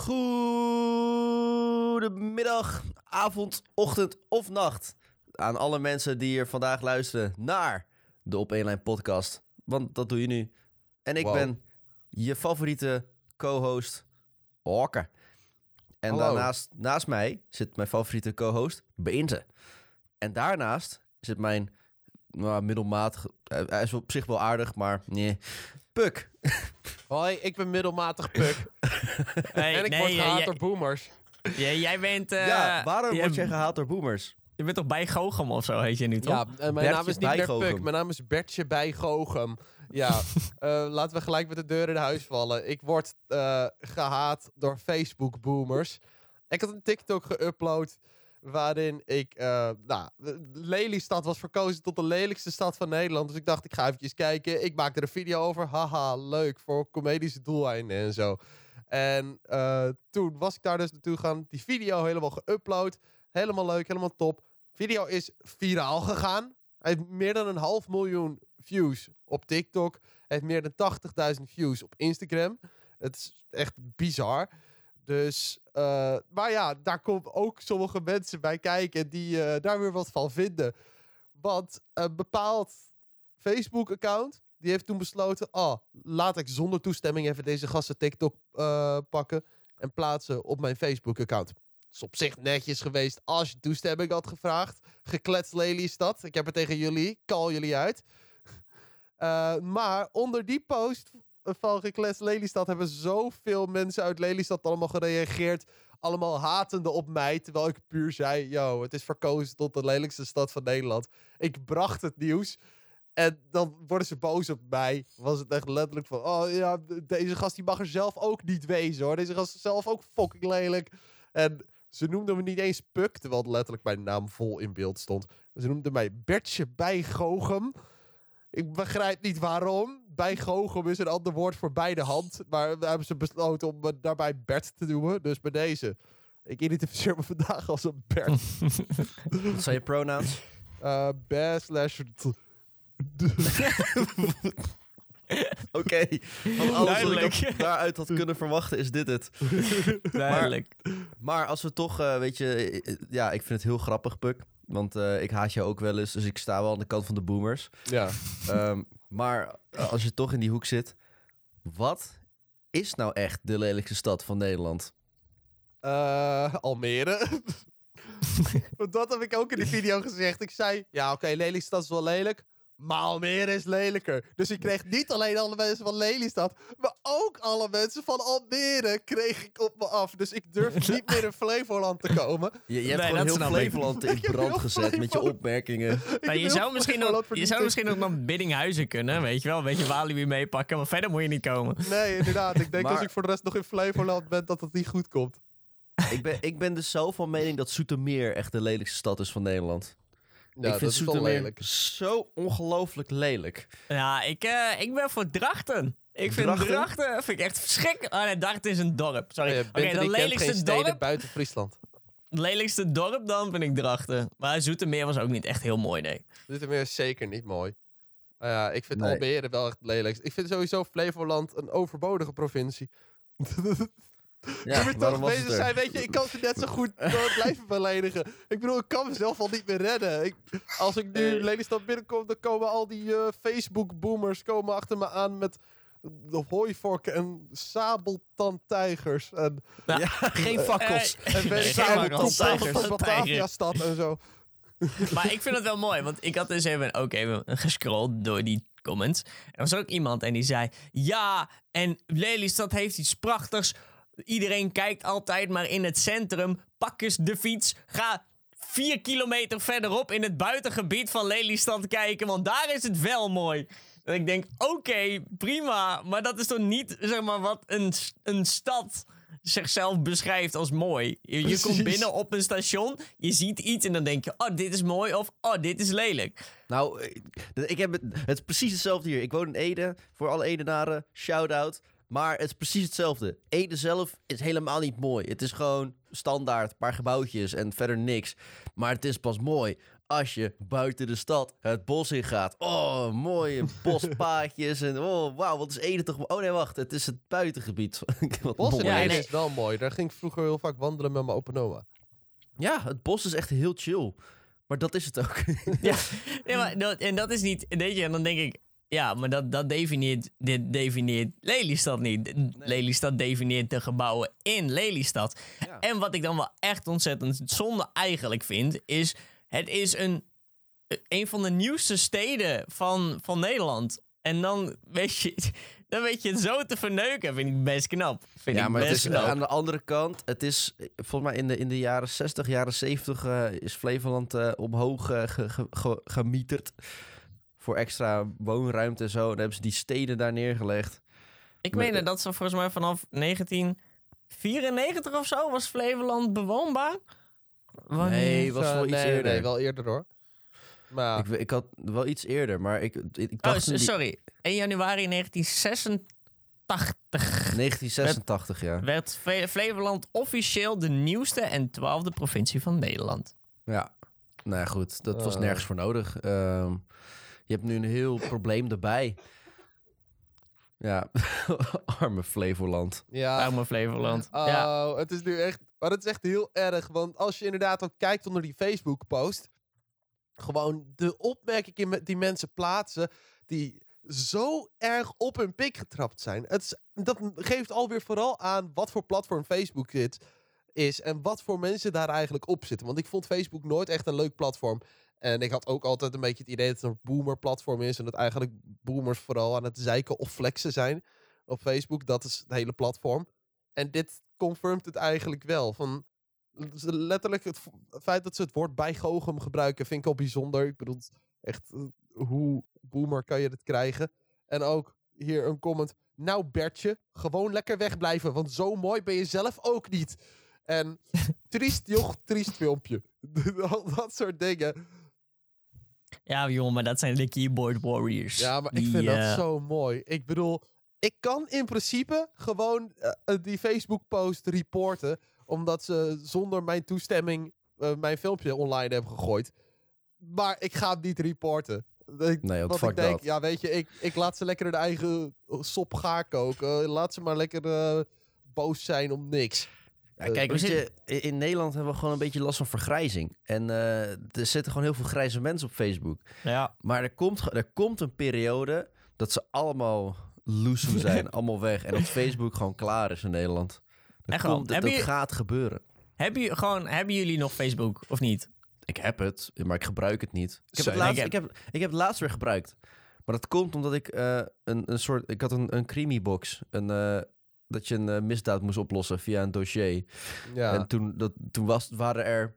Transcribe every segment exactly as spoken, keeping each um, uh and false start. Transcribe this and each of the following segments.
Goedemiddag, avond, ochtend of nacht aan alle mensen die hier vandaag luisteren naar de Op één Lijn podcast. Want dat doe je nu. En ik wow. ben je favoriete co-host, Okke. En Hallo. daarnaast naast mij zit mijn favoriete co-host, Beïnte. En daarnaast zit mijn nou, middelmatig... Hij is op zich wel aardig, maar nee. Puk. Hoi, ik ben middelmatig Puk. Hey, en ik nee, word gehaat jij, door boomers. jij, jij bent... Uh, ja, waarom jij, word jij gehaat door boomers? Je bent toch bij Goochem of zo, heet je nu toch? Ja, uh, mijn Bertje naam is niet meer Goochem. Puk. Mijn naam is Bertje bij Goochem. Ja, uh, laten we gelijk met de deur in huis vallen. Ik word uh, gehaat door Facebook boomers. Ik had een TikTok geüpload waarin ik... Uh, nou, Lelystad was verkozen tot de lelijkste stad van Nederland. Dus ik dacht, ik ga eventjes kijken. Ik maak er een video over. Haha, leuk. Voor comedische doeleinden en zo. En uh, toen was ik daar dus naartoe gaan. Die video helemaal geüpload. Helemaal leuk, helemaal top. Video is viraal gegaan. Hij heeft meer dan een half miljoen views op TikTok. Hij heeft meer dan tachtigduizend views op Instagram. Het is echt bizar. Dus, uh, maar ja, daar komen ook sommige mensen bij kijken die uh, daar weer wat van vinden. Want een bepaald Facebook-account, die heeft toen besloten... Oh, laat ik zonder toestemming even deze gasten TikTok uh, pakken en plaatsen op mijn Facebook-account. Het is op zich netjes geweest als je toestemming had gevraagd. Gekletst Lelystad. Ik heb het tegen jullie. Call jullie uit. Uh, maar onder die post van Gekletst Lelystad hebben zoveel mensen uit Lelystad allemaal gereageerd. Allemaal hatende op mij. Terwijl ik puur zei, yo, het is verkozen tot de lelijkste stad van Nederland. Ik bracht het nieuws. En dan worden ze boos op mij. Was het echt letterlijk van, oh ja, deze gast die mag er zelf ook niet wezen hoor. Deze gast is zelf ook fucking lelijk. En ze noemden me niet eens Puk, terwijl letterlijk mijn naam vol in beeld stond. Ze noemden mij Bertje bij Goochem. Ik begrijp niet waarom. Bij Goochem is een ander woord voor bij de hand. Maar daar hebben ze besloten om me daarbij Bert te noemen. Dus bij deze. Ik identificeer me vandaag als een Bert. Wat zijn je pronouns? Uh, Best slash... Oké, okay. Van alles wat ik daaruit had kunnen verwachten is dit het. Duidelijk. Maar, maar als we toch, uh, weet je... Ja, ik vind het heel grappig, Puk. Want uh, ik haat je ook wel eens, dus ik sta wel aan de kant van de boomers. Ja. Um, maar uh, als je toch in die hoek zit... Wat is nou echt de lelijkste stad van Nederland? Uh, Almere. Dat heb ik ook in die video gezegd. Ik zei, ja oké, okay, Lelystad is wel lelijk... Maar Almere is lelijker. Dus ik kreeg niet alleen alle mensen van Lelystad... maar ook alle mensen van Almere kreeg ik op me af. Dus ik durf niet meer in Flevoland te komen. Je, je hebt nee, gewoon heel Flevoland in brand gezet Flevoland. met je opmerkingen. Nou, je zou misschien nog, je zou misschien nog naar Biddinghuizen kunnen, weet je wel. Een beetje Walibi meepakken, maar verder moet je niet komen. Nee, inderdaad. Ik denk maar, als ik voor de rest nog in Flevoland ben... dat het niet goed komt. Ik ben, ik ben dus zo van mening dat Zoetermeer echt de lelijkste stad is van Nederland. Ja, ik vind Zoetermeer zo ongelooflijk lelijk. Ja, ik, uh, ik ben voor Drachten. Ik vind Drachten, Drachten vind ik echt verschrikkelijk. Oh nee, Drachten is een dorp. Sorry. Ja, Oké, okay, de lelijkste dorp buiten Friesland. Het lelijkste dorp dan vind ik Drachten. Maar Zoetermeer was ook niet echt heel mooi, nee. Zoetermeer is zeker niet mooi. Uh, ja, ik vind nee. Almere wel echt lelijk. Ik vind sowieso Flevoland een overbodige provincie. Ja, je moet toch bezig zijn, weet je, ik kan ze net zo goed door blijven beledigen. Ik bedoel, ik kan mezelf al niet meer redden. Ik, als ik nu Lelystad binnenkom, dan komen al die uh, Facebook-boomers komen achter me aan met de hooivorken en sabeltandtijgers. En, ja, ja, geen fakkels. Uh, en nee, sabeltandtijgers van Bataviastad en zo. Maar ik vind het wel mooi, want ik had dus even, ook even gescrolld door die comments. Er was ook iemand en die zei, ja, en Lelystad heeft iets prachtigs. Iedereen kijkt altijd maar in het centrum. Pak eens de fiets. Ga vier kilometer verderop in het buitengebied van Lelystad kijken. Want daar is het wel mooi. En ik denk, oké, okay, prima. Maar dat is toch niet, zeg maar, wat een, een stad zichzelf beschrijft als mooi. Je, je komt binnen op een station. Je ziet iets en dan denk je, oh, dit is mooi. Of, oh, dit is lelijk. Nou, ik heb het, het is precies hetzelfde hier. Ik woon in Ede. Voor alle Edenaren, shout-out. Maar het is precies hetzelfde. Ede zelf is helemaal niet mooi. Het is gewoon standaard, een paar gebouwtjes en verder niks. Maar het is pas mooi als je buiten de stad het bos in gaat. Oh, mooie bospaadjes. En oh, wauw, wat is Ede toch... Oh nee, wacht, het is het buitengebied. Wat Bos in mooi. Ja, Ede nee. is wel mooi. Daar ging ik vroeger heel vaak wandelen met mijn opa en oma. Ja, het bos is echt heel chill. Maar dat is het ook. Ja, ja maar dat, en dat is niet... Weet je, en dan denk ik... Ja, maar dat, dat definieert, dit definieert Lelystad niet. Lelystad definieert de gebouwen in Lelystad. Ja. En wat ik dan wel echt ontzettend zonde eigenlijk vind... is het is een, een van de nieuwste steden van, van Nederland. En dan weet, je, dan weet je het zo te verneuken. Vind ik best knap. Vind Ja, ik maar het best is, knap. aan de andere kant, het is volgens mij in de, in de jaren zestig, jaren zeventig uh, is Flevoland uh, omhoog uh, ge, ge, ge, gemieterd. Voor extra woonruimte en zo. En dan hebben ze die steden daar neergelegd. Ik maar- meen dat ze volgens mij vanaf negentien vierennegentig of zo was Flevoland bewoonbaar. Wanneer? Nee, was Eh, wel iets nee, nee, eerder. nee, wel eerder hoor. Maar ja. Ik, we- ik had wel iets eerder, maar ik, ik, ik Oh, dacht... s- toen die- sorry. één januari negentien zesentachtig negentien zesentachtig, ja. werd Fle- Flevoland officieel de nieuwste en twaalfde provincie van Nederland. Ja. Nou ja, goed. Dat was Eh. nergens voor nodig. Ehm, je hebt nu een heel probleem erbij. Ja. Arme Flevoland. ja. Arme Flevoland. Oh, Ja. het is nu echt... Maar het is echt heel erg. Want als je inderdaad ook kijkt onder die Facebook-post... Gewoon de opmerkingen die mensen plaatsen... die zo erg op hun pik getrapt zijn. Het is, dat geeft alweer vooral aan wat voor platform Facebook dit is... en wat voor mensen daar eigenlijk op zitten. Want ik vond Facebook nooit echt een leuk platform... En ik had ook altijd een beetje het idee dat het een boomer-platform is... en dat eigenlijk boomers vooral aan het zeiken of flexen zijn op Facebook. Dat is het hele platform. En dit confirmt het eigenlijk wel. Van, letterlijk het, het feit dat ze het woord bijgoochem gebruiken... vind ik al bijzonder. Ik bedoel, echt, uh, hoe boomer kan je dit krijgen? En ook hier een comment. Nou Bertje, gewoon lekker wegblijven... want zo mooi ben je zelf ook niet. En triest joch, triest filmpje. Al dat soort dingen... ja, joh, maar dat zijn de keyboard warriors. Ja, maar ik Die, vind eh, dat zo mooi. Ik bedoel, ik kan in principe gewoon uh, uh, die Facebook-post reporten... omdat ze zonder mijn toestemming uh, mijn filmpje online hebben gegooid. Maar ik ga het niet reporten. Ik, Nee, want want fuck ik denk, dat. ja, weet je, ik, ik laat ze lekker hun eigen sop gaar koken. Laat ze maar lekker uh, boos zijn om niks. Ja, Eh, kijk, we weet je, in in Nederland hebben we gewoon een beetje last van vergrijzing. En eh, er zitten gewoon heel veel grijze mensen op Facebook. Ja. Maar er komt, ge- er komt een periode dat ze allemaal loesoe zijn, allemaal weg. En dat Facebook gewoon klaar is in Nederland. Dat, Echt wel. komt, dat, Hebben dat je- gaat gebeuren. Hebben, je, gewoon, hebben jullie nog Facebook of niet? Ik heb het, maar ik gebruik het niet. Ik heb, het Zo, laatst, ik ik, heb, ik heb het laatst weer gebruikt. Maar dat komt omdat ik eh, een, een soort... Ik had een, een creamy-box. Een, eh, dat je een eh, misdaad moest oplossen via een dossier. Ja. En toen, dat, toen was, waren er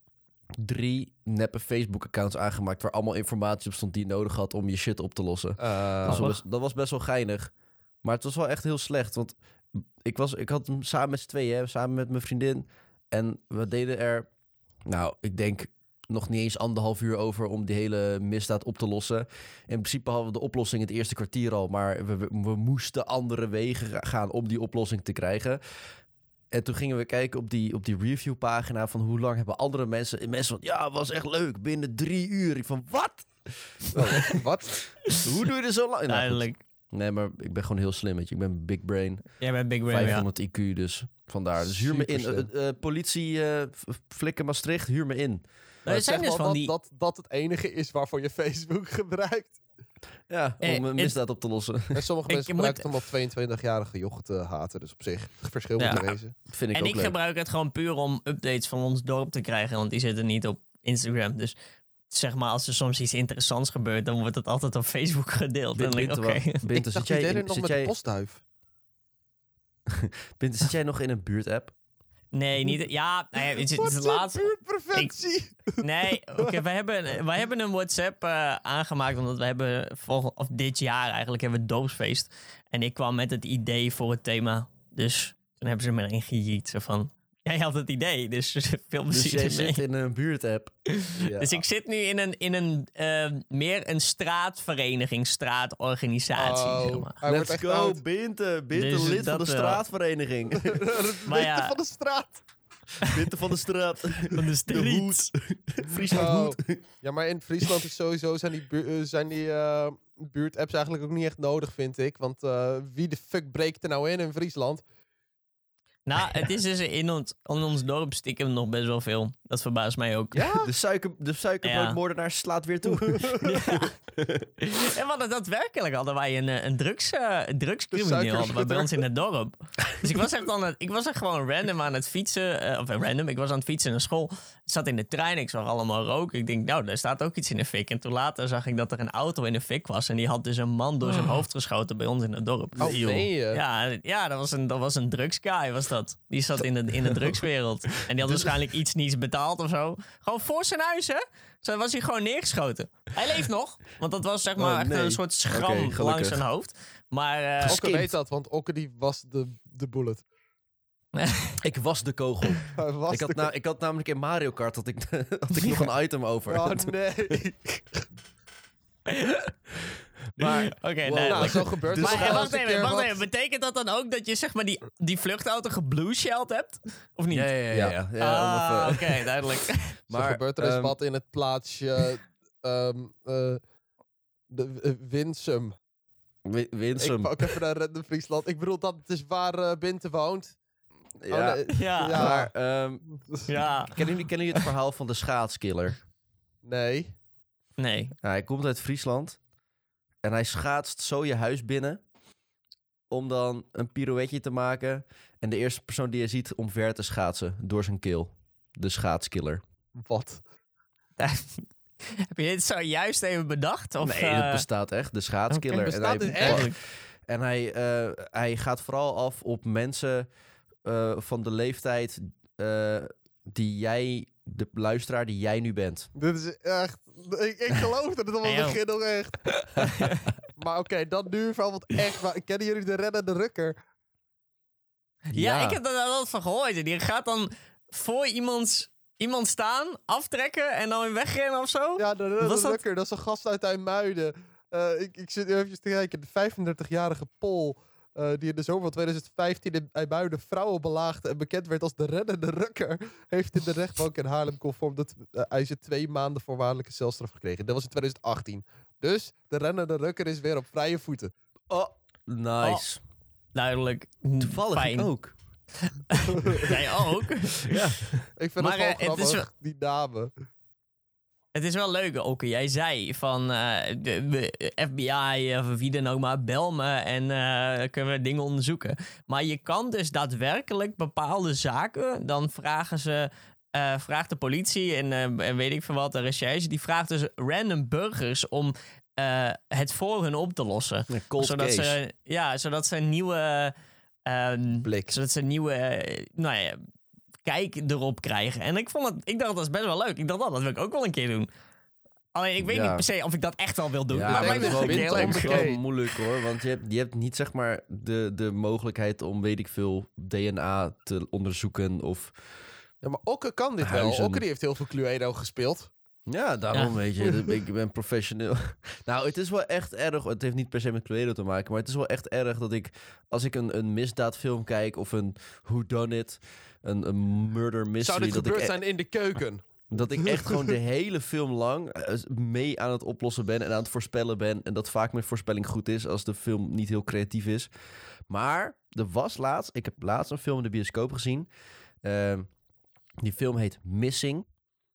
drie neppe Facebook-accounts aangemaakt... waar allemaal informatie op stond die je nodig had om je shit op te lossen. Uh, dat, was wel best, dat was best wel geinig. Maar het was wel echt heel slecht. Want ik, was, ik had hem samen met z'n tweeën, hè, samen met mijn vriendin. En we deden er, nou, ik denk nog niet eens anderhalf uur over om die hele misdaad op te lossen. In principe hadden we de oplossing het eerste kwartier al. Maar we, we, we moesten andere wegen ga- gaan om die oplossing te krijgen. En toen gingen we kijken op die, op die reviewpagina van hoe lang hebben andere mensen... En mensen van, ja, het was echt leuk, binnen drie uur. Ik van, wat? oh, wat? Hoe doe je er zo lang? Nou, goed. Duidelijk. Nee, maar ik ben gewoon heel slim, weet je. Ik ben big brain. Jij bent Big Brain, ja. vijfhonderd I Q, dus vandaar. Dus huur me in. Superslim. Uh, uh, politie uh, Flikken Maastricht, huur me in. Maar er zeg zijn dus wel van dat, die... dat dat het enige is waarvoor je Facebook gebruikt. Ja, Eh, om een het- misdaad op te lossen. En sommige Ik mensen moet- gebruiken het om op tweeëntwintigjarige jochen te haten. Dus op zich, het verschil Ja. moet er wezen. Dat vind ik En ook ik leuk. gebruik het gewoon puur om updates van ons dorp te krijgen, want die zitten niet op Instagram. Dus zeg maar, als er soms iets interessants gebeurt, dan wordt het altijd op Facebook gedeeld. En dan denk ik, Binte, oké. wa- Binte, ik zit dacht, jij, die deden in, het nog zit, met de jij, postduif. Binte, zit jij nog in een buurtapp? Nee, niet... Ja, nee, het is het Wat is een het laatste... buurtpreventie! Nee, oké, wij, hebben, wij hebben een WhatsApp eh, aangemaakt, omdat we hebben volgend, of dit jaar eigenlijk hebben we doopsfeest. En ik kwam met het idee voor het thema. Dus toen hebben ze me erin gejiet. Zo van, jij had het idee, dus veel Dus plezier jij ermee. zit in een buurtapp. Ja. Dus ik zit nu in een, in een eh, meer een straatvereniging, straatorganisatie, Oh, zeg maar. hij wordt Let's echt go, oud. Binte. Binte, Dus lid van dat de wel. straatvereniging. Maar ja. van de straat. Witte van de straat. Van de street. Friesland Oh. hoed. Ja, maar in Friesland is sowieso zijn die, bu- uh, zijn die uh, buurtapps eigenlijk ook niet echt nodig, vind ik. Want uh, wie de fuck breekt er nou in in Friesland? Nou, het is dus in ons, in ons dorp stiekem nog best wel veel. Dat verbaast mij ook. Ja? De, suiker, de suikerbroodmoordenaar slaat weer toe. Ja. En we hadden daadwerkelijk hadden wij een, eh, een, drugs, uh, een drugscrimineel hadden we bij ons in het dorp. Dus ik was echt aan het, ik was echt gewoon random aan het fietsen. Uh, of uh, random, ik was aan het fietsen naar school. Ik zat in de trein, ik zag allemaal rook. Ik denk, nou, daar staat ook iets in de fik. En toen later zag ik dat er een auto in de fik was. En die had dus een man door zijn hoofd geschoten bij ons in het dorp. Oh, meen je? Ja, ja dat was een, dat was een drugsguy, was dat. Die zat in de, in de drugswereld. En die had waarschijnlijk iets niets betaald of zo. Gewoon voor zijn huis, hè? Zo was hij gewoon neergeschoten. Hij leeft nog. Want dat was zeg maar Oh, echt nee. een soort schram Oké, gelukkig. langs zijn hoofd. Maar uh, Okke Skimt. weet dat, want Okke die was de, de bullet. Ik was de kogel. Hij was Ik had, de na, ik had namelijk in Mario Kart had ik, had ik nog een item over. Oh nee. Maar oké, wow. nee, Nou, lekker. zo gebeurt Dus- het. Maar nog eh, wel wacht eens een even, keer wacht wat. even. Betekent dat dan ook dat je zeg maar die, die vluchtauto geblueshelled hebt? Of niet? Ja, ja, ja. ja, ja, ah, om oké, even- duidelijk. Zo maar, gebeurt er eens ehm, wat in het plaatsje ehm uh, de, uh, Winsum. Wi- Winsum. Ik pak even naar Random Friesland. Ik bedoel, dat is waar uh, Binte woont. ja. Oh, nee. Ja. Ja. Maar ehm, Ja. kennen, jullie, kennen jullie het verhaal van de schaatskiller? Nee. Nee. Ja, hij komt uit Friesland. En hij schaatst zo je huis binnen. Om dan een pirouetje te maken. En de eerste persoon die je ziet omver te schaatsen. Door zijn keel. De schaatskiller. Wat? Heb je dit zojuist even bedacht? Of, nee, uh, dat bestaat echt. De schaatskiller. Oké, bestaat en dit hij, echt? En hij, uh, hij gaat vooral af op mensen uh, van de leeftijd uh, die jij, de luisteraar die jij nu bent. Dit is echt... Ik, ik geloof dat het al Hey, het begin nog echt. Maar oké, okay, dan nu bijvoorbeeld echt... Maar, kennen jullie de reddende rukker? Ja, Ja. ik heb daar wel van gehoord. Die gaat dan voor iemands, iemand staan, aftrekken en dan weer wegrennen of zo. Ja, de reddende Was dat- rukker. Dat is een gast uit IJmuiden. Uh, ik, ik zit nu even te kijken. De vijfendertigjarige Pol... Uh, die in de zomer van twintig vijftien in IJmuiden vrouwen belaagde en bekend werd als de reddende rukker, heeft in de rechtbank in Haarlem conform dat uh, hij ze twee maanden voorwaardelijke celstraf gekregen. Dat was in twintig achttien. Dus de reddende rukker is weer op vrije voeten. Oh, nice. Duidelijk. Toevallig Fijn. ik ook. Jij ook. Ja. Ik vind Maar, het wel uh, het grappig, is wel- die namen. Het is wel leuk, Okke. Jij zei van uh, de, de F B I of wie dan ook maar, bel me en uh, kunnen we dingen onderzoeken. Maar je kan dus daadwerkelijk bepaalde zaken, dan vragen ze, uh, vraagt de politie en, uh, en weet ik veel wat, de recherche, die vraagt dus random burgers om uh, het voor hun op te lossen. Een cold zodat case. ze, ja, zodat ze een nieuwe, uh, Blik. zodat ze een nieuwe, uh, nou ja, kijk erop krijgen. En ik vond het, ik dacht dat is best wel leuk. Ik dacht, oh, dat wil ik ook wel een keer doen. Alleen ik weet Ja. niet per se of ik dat echt wel wil doen. Ja, maar ik maar het het lijkt is me wel, wel een wint keer het leuk. is wel moeilijk hoor. Want je hebt, je hebt niet zeg maar de, de mogelijkheid om weet ik veel D N A te onderzoeken. Of Ja, maar Okke kan dit Huizen. wel. Okke die heeft heel veel Cluedo gespeeld. ja, daarom Ja. weet je. Ik ben professioneel. Nou, het is wel echt erg. Het heeft niet per se met Cluedo te maken. Maar het is wel echt erg dat ik, als ik een, een misdaadfilm kijk of een whodunit, een, een murder mystery. Zou dit dat gebeurd ik, e- zijn in de keuken? Dat ik echt gewoon de hele film lang eh, mee aan het oplossen ben en aan het voorspellen ben. En dat vaak mijn voorspelling goed is als de film niet heel creatief is. Maar er was laatst, ik heb laatst een film in de bioscoop gezien. Uh, die film heet Missing.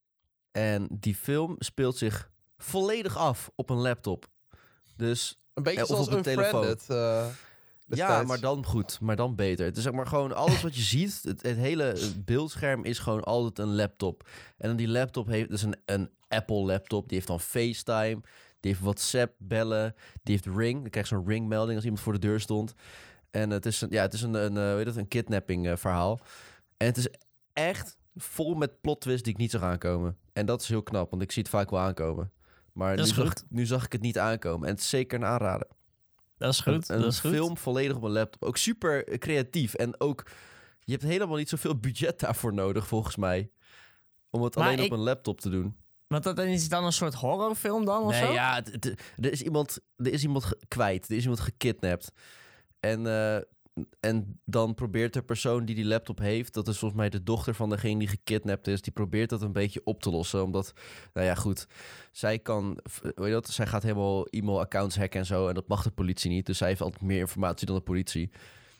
En die film speelt zich volledig af op een laptop. Dus Een beetje Ja, of zoals op een telefoon. Unfriended. Uh, ja, maar dan goed. Maar dan beter. Het is zeg maar gewoon alles wat je ziet. Het, het hele beeldscherm is gewoon altijd een laptop. En dan die laptop heeft dus een, een Apple laptop. Die heeft dan FaceTime. Die heeft WhatsApp bellen. Die heeft Ring. Dan krijg je zo'n Ring melding als iemand voor de deur stond. En het is een, ja, het is een, een, een, weet het, een kidnapping uh, verhaal. En het is echt vol met plot twists die ik niet zag aankomen. En dat is heel knap, want ik zie het vaak wel aankomen. Maar Dat nu is zag, goed. nu zag ik het niet aankomen. En het is zeker een aanrader. Dat is goed. Een, een dat is goed. film volledig op een laptop. Ook super creatief. En ook, je hebt helemaal niet zoveel budget daarvoor nodig, volgens mij. Om het Maar alleen ik- op een laptop te doen. Want dat is het dan een soort horrorfilm dan of Nee, zo? ja, het- het- er is iemand, er is iemand ge- kwijt. Er is iemand gekidnapt. En eh, en dan probeert de persoon die die laptop heeft... dat is volgens mij de dochter van degene die gekidnapt is... die probeert dat een beetje op te lossen. Omdat, nou ja, goed... zij kan, weet je dat, zij gaat helemaal e-mailaccounts hacken en zo... en dat mag de politie niet. Dus zij heeft altijd meer informatie dan de politie.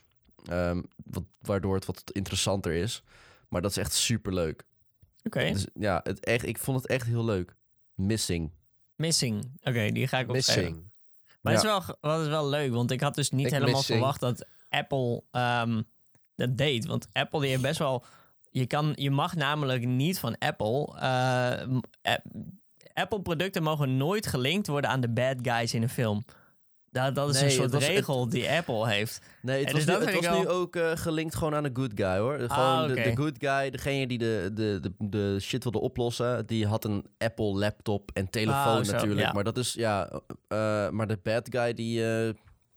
Um, wat, waardoor het wat interessanter is. Maar dat is echt superleuk. Oké. Okay. Dus, ja, het echt, ik vond het echt heel leuk. Missing. Missing. Oké, okay, die ga ik opschrijven. Missing. Maar ja. het is wel, wat is wel leuk, want ik had dus niet ik helemaal missing. verwacht dat Apple um, dat deed. Want Apple die heeft best wel... Je, kan, je mag namelijk niet van Apple... Uh, Apple-producten mogen nooit gelinkt worden aan de bad guys in een film. Dat, dat is nee, een soort was, regel het, die Apple heeft. Nee, het en was, dus nu, het was wel... nu ook uh, gelinkt gewoon aan de good guy, hoor. Gewoon ah, okay. de, de good guy, degene die de, de, de, de shit wilde oplossen... die had een Apple laptop en telefoon ah, zo, natuurlijk. Ja. Maar dat is, ja... Uh, maar de bad guy, die... Uh,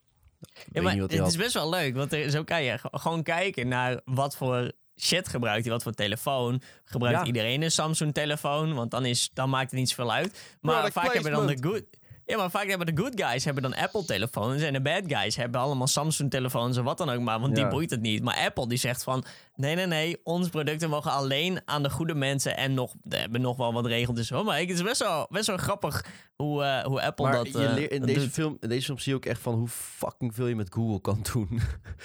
ja, maar het had. is best wel leuk, want er, zo kan je gewoon kijken naar wat voor... shit gebruikt hij, wat voor telefoon. Gebruikt ja. iedereen een Samsung-telefoon, want dan, is, dan maakt het niet zoveel uit. Maar Product vaak placement. hebben dan de good... Ja, maar vaak hebben de good guys hebben dan Apple-telefoons... en de bad guys hebben allemaal Samsung-telefoons en wat dan ook maar, want ja. die boeit het niet. Maar Apple die zegt van, nee, nee, nee, onze producten mogen alleen aan de goede mensen... en nog, we hebben nog wel wat regeltjes hoor. Maar het is best wel, best wel grappig hoe, uh, hoe Apple maar dat je leer, in uh, deze doet. film, in deze film zie je ook echt van hoe fucking veel je met Google kan doen.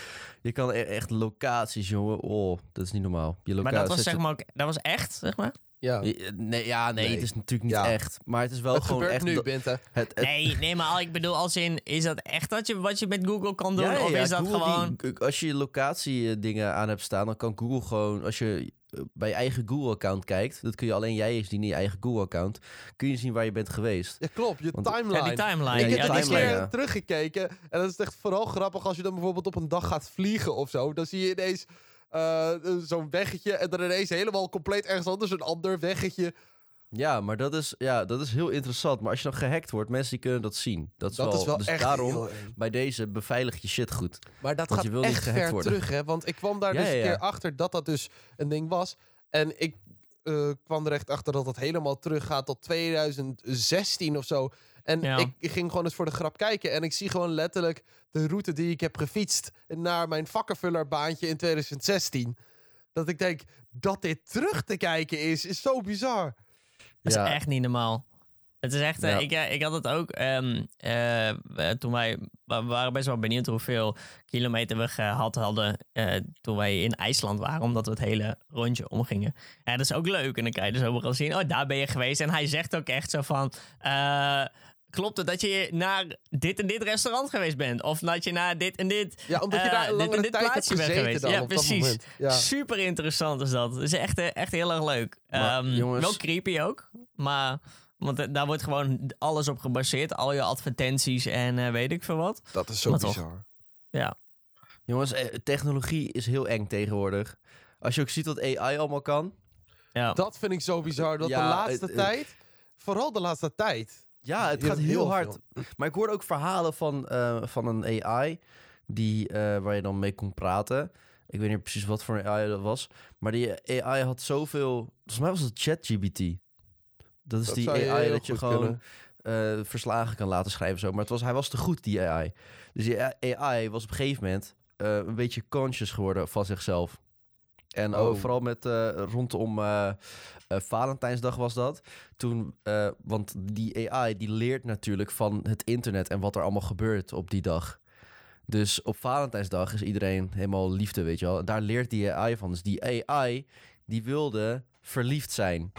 Je kan echt locaties, jongen. Oh, dat is niet normaal. Je maar dat was, zeg maar, ook, dat was echt, zeg maar? Ja. Nee, ja, nee, nee, het is natuurlijk niet ja. echt. Maar het is wel het gewoon gebeurt echt... nu, dat, Binte. Het, het, nee, nee, maar ik bedoel als in... Is dat echt dat je, wat je met Google kan doen? Ja, ja, of is dat Google gewoon... Die, als je locatie dingen aan hebt staan, dan kan Google gewoon... Als je bij je eigen Google-account kijkt... Dat kun je alleen jij zien in je eigen Google-account... Kun je zien waar je bent geweest. Ja, klopt. Je Want, timeline. Ja, die timeline. Ik ja, heb die een timeline, keer ja. teruggekeken. En dat is echt vooral grappig als je dan bijvoorbeeld op een dag gaat vliegen of zo. Dan zie je ineens uh, zo'n weggetje. En dan ineens helemaal compleet ergens anders een ander weggetje. Ja, maar dat is, ja, dat is heel interessant. Maar als je dan gehackt wordt, mensen die kunnen dat zien. Dat is dat wel, is wel dus echt daarom, heel eng. bij deze beveilig je shit goed. Maar dat Want gaat je wil echt niet gehackt ver worden. terug, hè. Want ik kwam daar Ja, dus ja, een ja. keer achter dat dat dus een ding was. En ik uh, kwam er echt achter dat dat helemaal teruggaat tot twintig zestien of zo. En Ja. ik, ik ging gewoon eens voor de grap kijken. En ik zie gewoon letterlijk de route die ik heb gefietst naar mijn vakkenvullerbaantje in twintig zestien. Dat ik denk, dat dit terug te kijken is, is zo bizar. Dat Ja. is echt niet normaal. Het is echt... uh, Ja. ik, uh, ik had het ook... Um, uh, uh, toen wij... We waren best wel benieuwd hoeveel kilometer we gehad hadden... Uh, toen wij in IJsland waren. Omdat we het hele rondje omgingen. Ja, dat is ook leuk. En dan kan je dus overal zien... Oh, daar ben je geweest. En hij zegt ook echt zo van... Uh, klopt het dat je naar dit en dit restaurant geweest bent? Of dat je naar dit en dit... Ja, omdat je daar een uh, langere dit en dit tijd hebt plaatsje bent gezeten geweest. dan Ja, op dat precies. moment. Ja. Super interessant is dat. Het is echt, uh, echt heel erg leuk. Maar, Um, jongens- Wel creepy ook. Maar... Want uh, daar wordt gewoon alles op gebaseerd. Al je advertenties en uh, weet ik veel wat. Dat is zo Maar toch. bizar. Ja. Jongens, eh, technologie is heel eng tegenwoordig. Als je ook ziet wat A I allemaal kan. ja. Dat vind ik zo bizar. Dat Ja, de laatste het- het- tijd... Vooral de laatste tijd. Ja, het Heel- gaat heel, heel hard. Maar ik hoorde ook verhalen van, uh, van een A I... Die, uh, waar je dan mee kon praten. Ik weet niet precies wat voor een A I dat was. Maar die A I had zoveel... Volgens mij was het ChatGPT. Dat is Dat die zou je A I heel dat je goed gewoon uh, verslagen kan laten schrijven. Zo. Maar het was, hij was te goed, die A I. Dus die A I was op een gegeven moment... Uh, een beetje conscious geworden van zichzelf. En Oh. ook vooral met uh, rondom uh, uh, Valentijnsdag was dat. Toen, uh, want die A I die leert natuurlijk van het internet en wat er allemaal gebeurt op die dag. Dus op Valentijnsdag is iedereen helemaal liefde, weet je wel. Daar leert die A I van. Dus die A I die wilde verliefd zijn.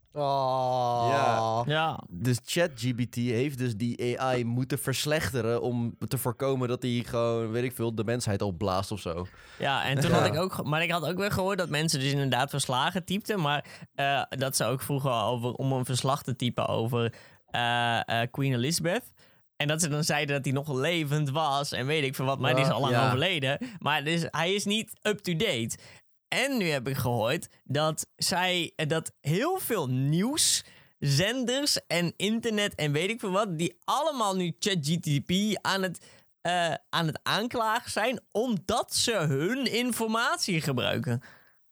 Oh. Ja. Ja. Dus ChatGPT heeft dus die A I moeten verslechteren om te voorkomen dat hij gewoon, weet ik veel, de mensheid opblaast of zo. Ja, en toen Ja. had ik ook... Maar ik had ook weer gehoord dat mensen dus inderdaad verslagen typten. Maar uh, dat ze ook vroegen over, om een verslag te typen over uh, uh, Queen Elizabeth. En dat ze dan zeiden dat hij nog levend was en weet ik veel wat. Maar Ja, die is al lang ja. overleden. Maar dus, hij is niet up-to-date. En nu heb ik gehoord dat zij... Dat heel veel nieuwszenders en internet en weet ik veel wat... die allemaal nu ChatGPT aan het... Uh, aan het aanklagen zijn omdat ze hun informatie gebruiken.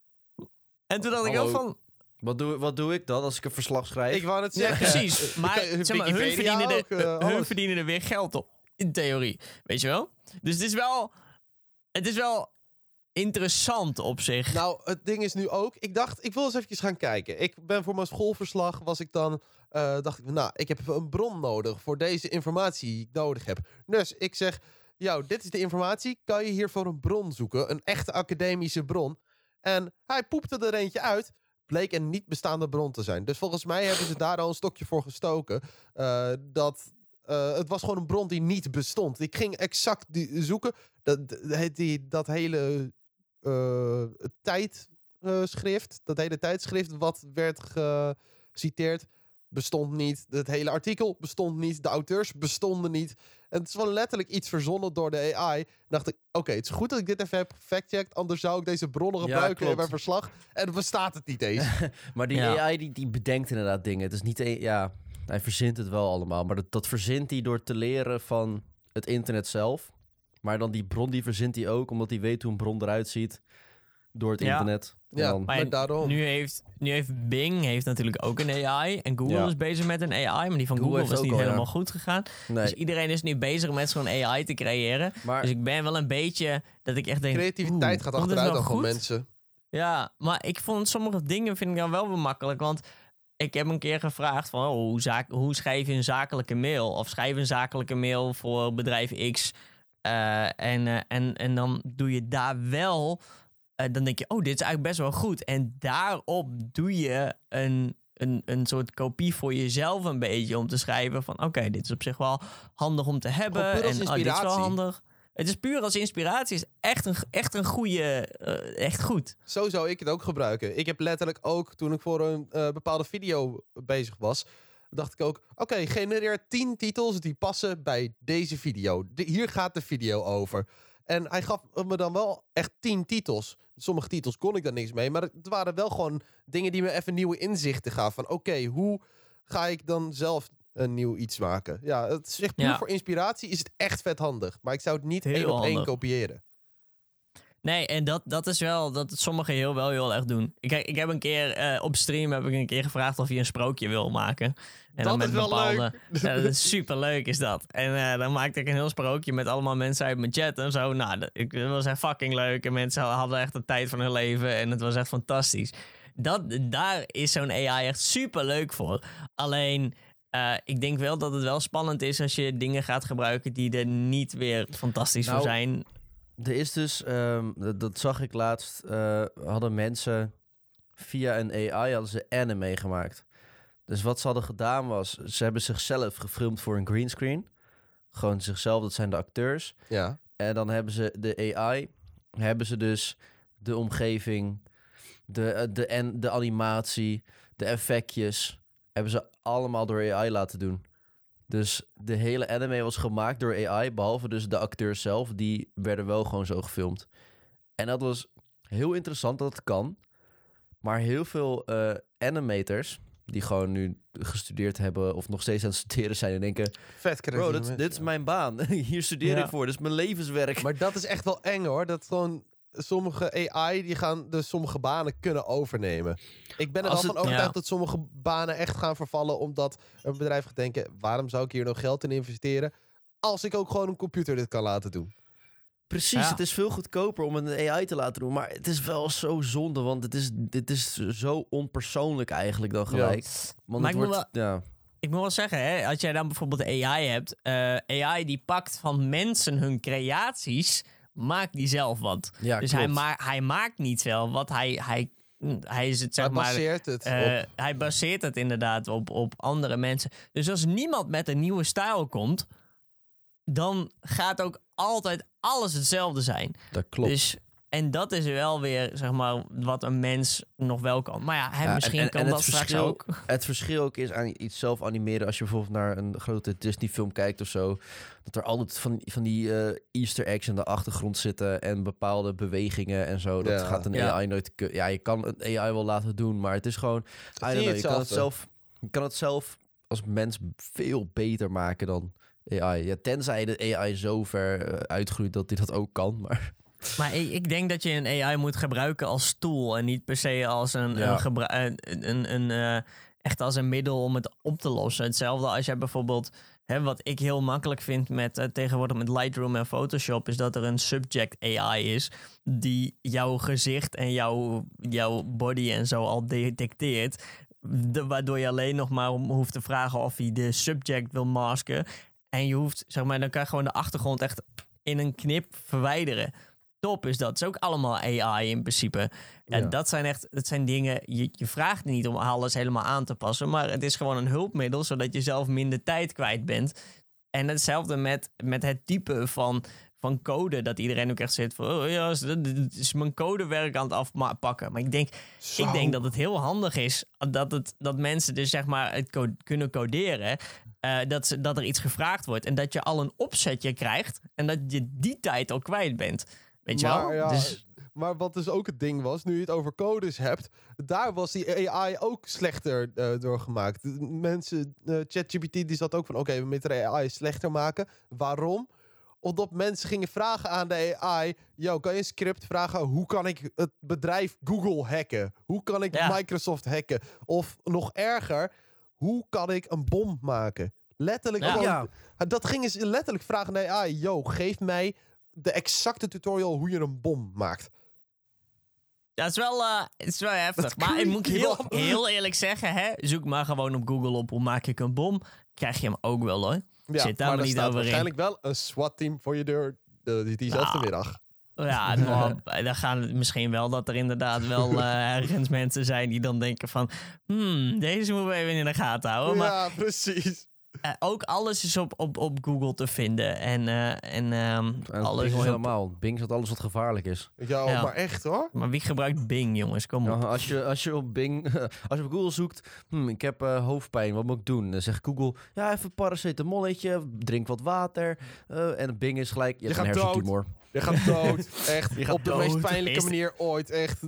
En toen dacht ik Hallo. ook van... Wat doe, wat doe ik dan als ik een verslag schrijf? Ik wou het Ja, zeggen. precies. Maar, Ik- zeg maar hun, Wikipedia verdienen er, ook, uh, hun alles. verdienen er weer geld op. In theorie. Weet je wel? Dus het is wel... het is wel interessant op zich. Nou, het ding is nu ook... Ik dacht, ik wil eens even gaan kijken. Ik ben voor mijn schoolverslag, was ik dan... Uh, dacht ik, nou, ik heb een bron nodig voor deze informatie die ik nodig heb. Dus ik zeg, jou, dit is de informatie. Kan je hiervoor een bron zoeken? Een echte academische bron. En hij poepte er eentje uit. Bleek een niet bestaande bron te zijn. Dus volgens mij hebben ze daar al een stokje voor gestoken. Uh, dat... Uh, het was gewoon een bron die niet bestond. Ik ging exact die zoeken. Dat, die, dat hele uh, tijdschrift, uh, dat hele tijdschrift wat werd geciteerd, bestond niet. Het hele artikel bestond niet. De auteurs bestonden niet. En het is wel letterlijk iets verzonnen door de A I. Dacht ik, oké, okay, het is goed dat ik dit even heb gefactcheckt. Anders zou ik deze bronnen gebruiken ja, in mijn verslag. En dan bestaat het niet eens. Maar die ja. A I die, die bedenkt inderdaad dingen. Het is niet... Een, ja... Hij verzint het wel allemaal, maar dat, dat verzint hij door te leren van het internet zelf. Maar dan die bron, die verzint hij ook, omdat hij weet hoe een bron eruit ziet door het ja. internet. Ja, dan... maar daarom. Nu heeft, nu heeft Bing heeft natuurlijk ook een A I en Google ja. is bezig met een A I, maar die van Google, Google is niet al, helemaal ja. goed gegaan. Nee. Dus iedereen is nu bezig met zo'n A I te creëren. Maar... Dus ik ben wel een beetje dat ik echt denk... Creativiteit gaat achteruit dan van mensen. Ja, maar ik vond sommige dingen vind ik dan wel weer makkelijk, want... Ik heb een keer gevraagd van oh, hoe, zaak, hoe schrijf je een zakelijke mail? Of schrijf een zakelijke mail voor bedrijf X. Uh, en, uh, en, en dan doe je daar wel... Uh, dan denk je, oh, dit is eigenlijk best wel goed. En daarop doe je een, een, een soort kopie voor jezelf een beetje. Om te schrijven van oké, okay, dit is op zich wel handig om te hebben. En oh, dit is wel handig. Het is puur als inspiratie. Het is echt een, echt een goede... Uh, echt goed. Zo zou ik het ook gebruiken. Ik heb letterlijk ook, toen ik voor een uh, bepaalde video bezig was... dacht ik ook, oké, okay, genereer tien titels die passen bij deze video. De, hier gaat de video over. En hij gaf me dan wel echt tien titels. Sommige titels kon ik daar niks mee. Maar het waren wel gewoon dingen die me even nieuwe inzichten gaven. Van oké, okay, hoe ga ik dan zelf... een nieuw iets maken. Ja, het is echt puur ja. voor inspiratie is het echt vet handig. Maar ik zou het niet één op één kopiëren. Nee, en dat, dat is wel dat het sommigen heel wel heel erg doen. Ik, ik heb een keer uh, op stream heb ik een keer gevraagd of je een sprookje wil maken. En dat dan met is wel bepaalde, leuk. Ja, dat is super leuk is dat. En uh, dan maakte ik een heel sprookje met allemaal mensen uit mijn chat en zo. Nou, dat, ik, dat was echt fucking leuk. En mensen hadden echt de tijd van hun leven. En het was echt fantastisch. Dat, daar is zo'n A I echt super leuk voor. Alleen... Uh, ik denk wel dat het wel spannend is als je dingen gaat gebruiken die er niet weer fantastisch nou, voor zijn. Er is dus, um, dat, dat zag ik laatst, uh, hadden mensen via een A I hadden ze anime gemaakt. Dus wat ze hadden gedaan was, ze hebben zichzelf gefilmd voor een greenscreen. Gewoon zichzelf, dat zijn de acteurs. Ja. En dan hebben ze de A I, hebben ze dus de omgeving, de, de, en de animatie, de effectjes... hebben ze allemaal door A I laten doen. Dus de hele anime was gemaakt door A I... behalve dus de acteurs zelf. Die werden wel gewoon zo gefilmd. En dat was heel interessant dat het kan. Maar heel veel uh, animators... die gewoon nu gestudeerd hebben... of nog steeds aan het studeren zijn en denken... Vet bro, dit, dit is mijn baan. Hier studeer ja. ik voor. Dit is mijn levenswerk. Maar dat is echt wel eng hoor. Dat gewoon... sommige A I die gaan dus sommige banen kunnen overnemen. Ik ben er wel van overtuigd ja. dat sommige banen echt gaan vervallen... omdat een bedrijf gaat denken... waarom zou ik hier nog geld in investeren... als ik ook gewoon een computer dit kan laten doen. Precies, ja. Het is veel goedkoper om een A I te laten doen... maar het is wel zo zonde... want het is, dit is zo onpersoonlijk eigenlijk dan gelijk. Ja. Want maar het ik, wordt, moet wel, ja. ik moet wel zeggen... Hè, als jij dan bijvoorbeeld A I hebt... Uh, A I die pakt van mensen hun creaties... maakt die zelf wat. Ja, dus hij, ma- hij maakt niet wel wat hij... hij Hij is het, zeg hij baseert maar, het uh, op... Hij baseert het inderdaad op, op andere mensen. Dus als niemand met een nieuwe stijl komt... dan gaat ook altijd alles hetzelfde zijn. Dat klopt. Dus, en dat is wel weer, zeg maar, wat een mens nog wel kan. Maar ja, hij ja, misschien en, en, kan en dat straks verschil, ook. Het verschil ook is aan iets zelf animeren... als je bijvoorbeeld naar een grote Disney-film kijkt of zo... dat er altijd van, van die uh, easter eggs in de achtergrond zitten... en bepaalde bewegingen en zo. Dat ja. gaat een ja. A I nooit... Ku- ja, je kan een A I wel laten doen, maar het is gewoon... I don't know, je, kan het zelf, je kan het zelf als mens veel beter maken dan A I. Ja, tenzij de A I zo ver uh, uitgroeit dat hij dat ook kan, maar... Maar ik, ik denk dat je een A I moet gebruiken als tool... en niet per se als een, ja. een, gebru- een, een, een uh, echt als een middel om het op te lossen. Hetzelfde als jij bijvoorbeeld Hè, wat ik heel makkelijk vind met uh, tegenwoordig met Lightroom en Photoshop... is dat er een subject A I is die jouw gezicht en jouw, jouw body en zo al detecteert... De, waardoor je alleen nog maar om hoeft te vragen of hij de subject wil masken. En je hoeft, zeg maar, dan kan je gewoon de achtergrond echt in een knip verwijderen. Top is dat. Het is ook allemaal A I in principe. Ja, Ja. Dat zijn echt, dat zijn dingen, je, je vraagt niet om alles helemaal aan te passen, maar het is gewoon een hulpmiddel, zodat je zelf minder tijd kwijt bent. En hetzelfde met, met het type van, van code, dat iedereen ook echt zit van, oh ja, dit is mijn codewerk aan het afpakken. Maar ik denk, Zo. ik denk dat het heel handig is dat, het, dat mensen dus zeg maar het co- kunnen coderen. Uh, dat, ze, dat er iets gevraagd wordt en dat je al een opzetje krijgt en dat je die tijd al kwijt bent. Weet je Maar wel? ja, Dus, Maar wat dus ook het ding was, nu je het over codes hebt, daar was die A I ook slechter uh, doorgemaakt. De mensen, uh, ChatGPT die zat ook van, oké, okay, we moeten de A I slechter maken. Waarom? Omdat mensen gingen vragen aan de A I, yo, kan je een script vragen, hoe kan ik het bedrijf Google hacken? Hoe kan ik Ja. Microsoft hacken? Of nog erger, hoe kan ik een bom maken? Letterlijk Ja. gewoon, Ja. dat gingen ze letterlijk vragen aan de A I, yo, geef mij de exacte tutorial hoe je een bom maakt. ja, het is wel, uh, het is wel heftig. Maar ik moet heel, heel eerlijk zeggen, hè, zoek maar gewoon op Google op hoe maak ik een bom. Krijg je hem ook wel hoor. Ja, Zit daar maar er niet staat over in. waarschijnlijk wel een SWAT-team voor je deur de, die, diezelfde Nou. middag. Ja, nou, dan gaan het misschien wel dat er inderdaad wel uh, ergens mensen zijn die dan denken van, hmm, deze moeten we even in de gaten houden. Maar Ja, precies. uh, ook alles is op, op, op Google te vinden. En, uh, en um, En alles Bing is op... helemaal. Bing zat alles wat gevaarlijk is. Ja, Ja. maar echt hoor. Maar wie gebruikt Bing, jongens? Kom Ja, op. als, je, als je op Bing, als je op Google zoekt, hm, ik heb uh, hoofdpijn, wat moet ik doen? Dan zegt Google, ja, even een paracetamolletje, drink wat water. Uh, en Bing is gelijk, je, Je hebt een gaat dood. hersentumor. Je gaat dood. Echt. Je gaat op de dood. meest pijnlijke Is- manier ooit. Echt.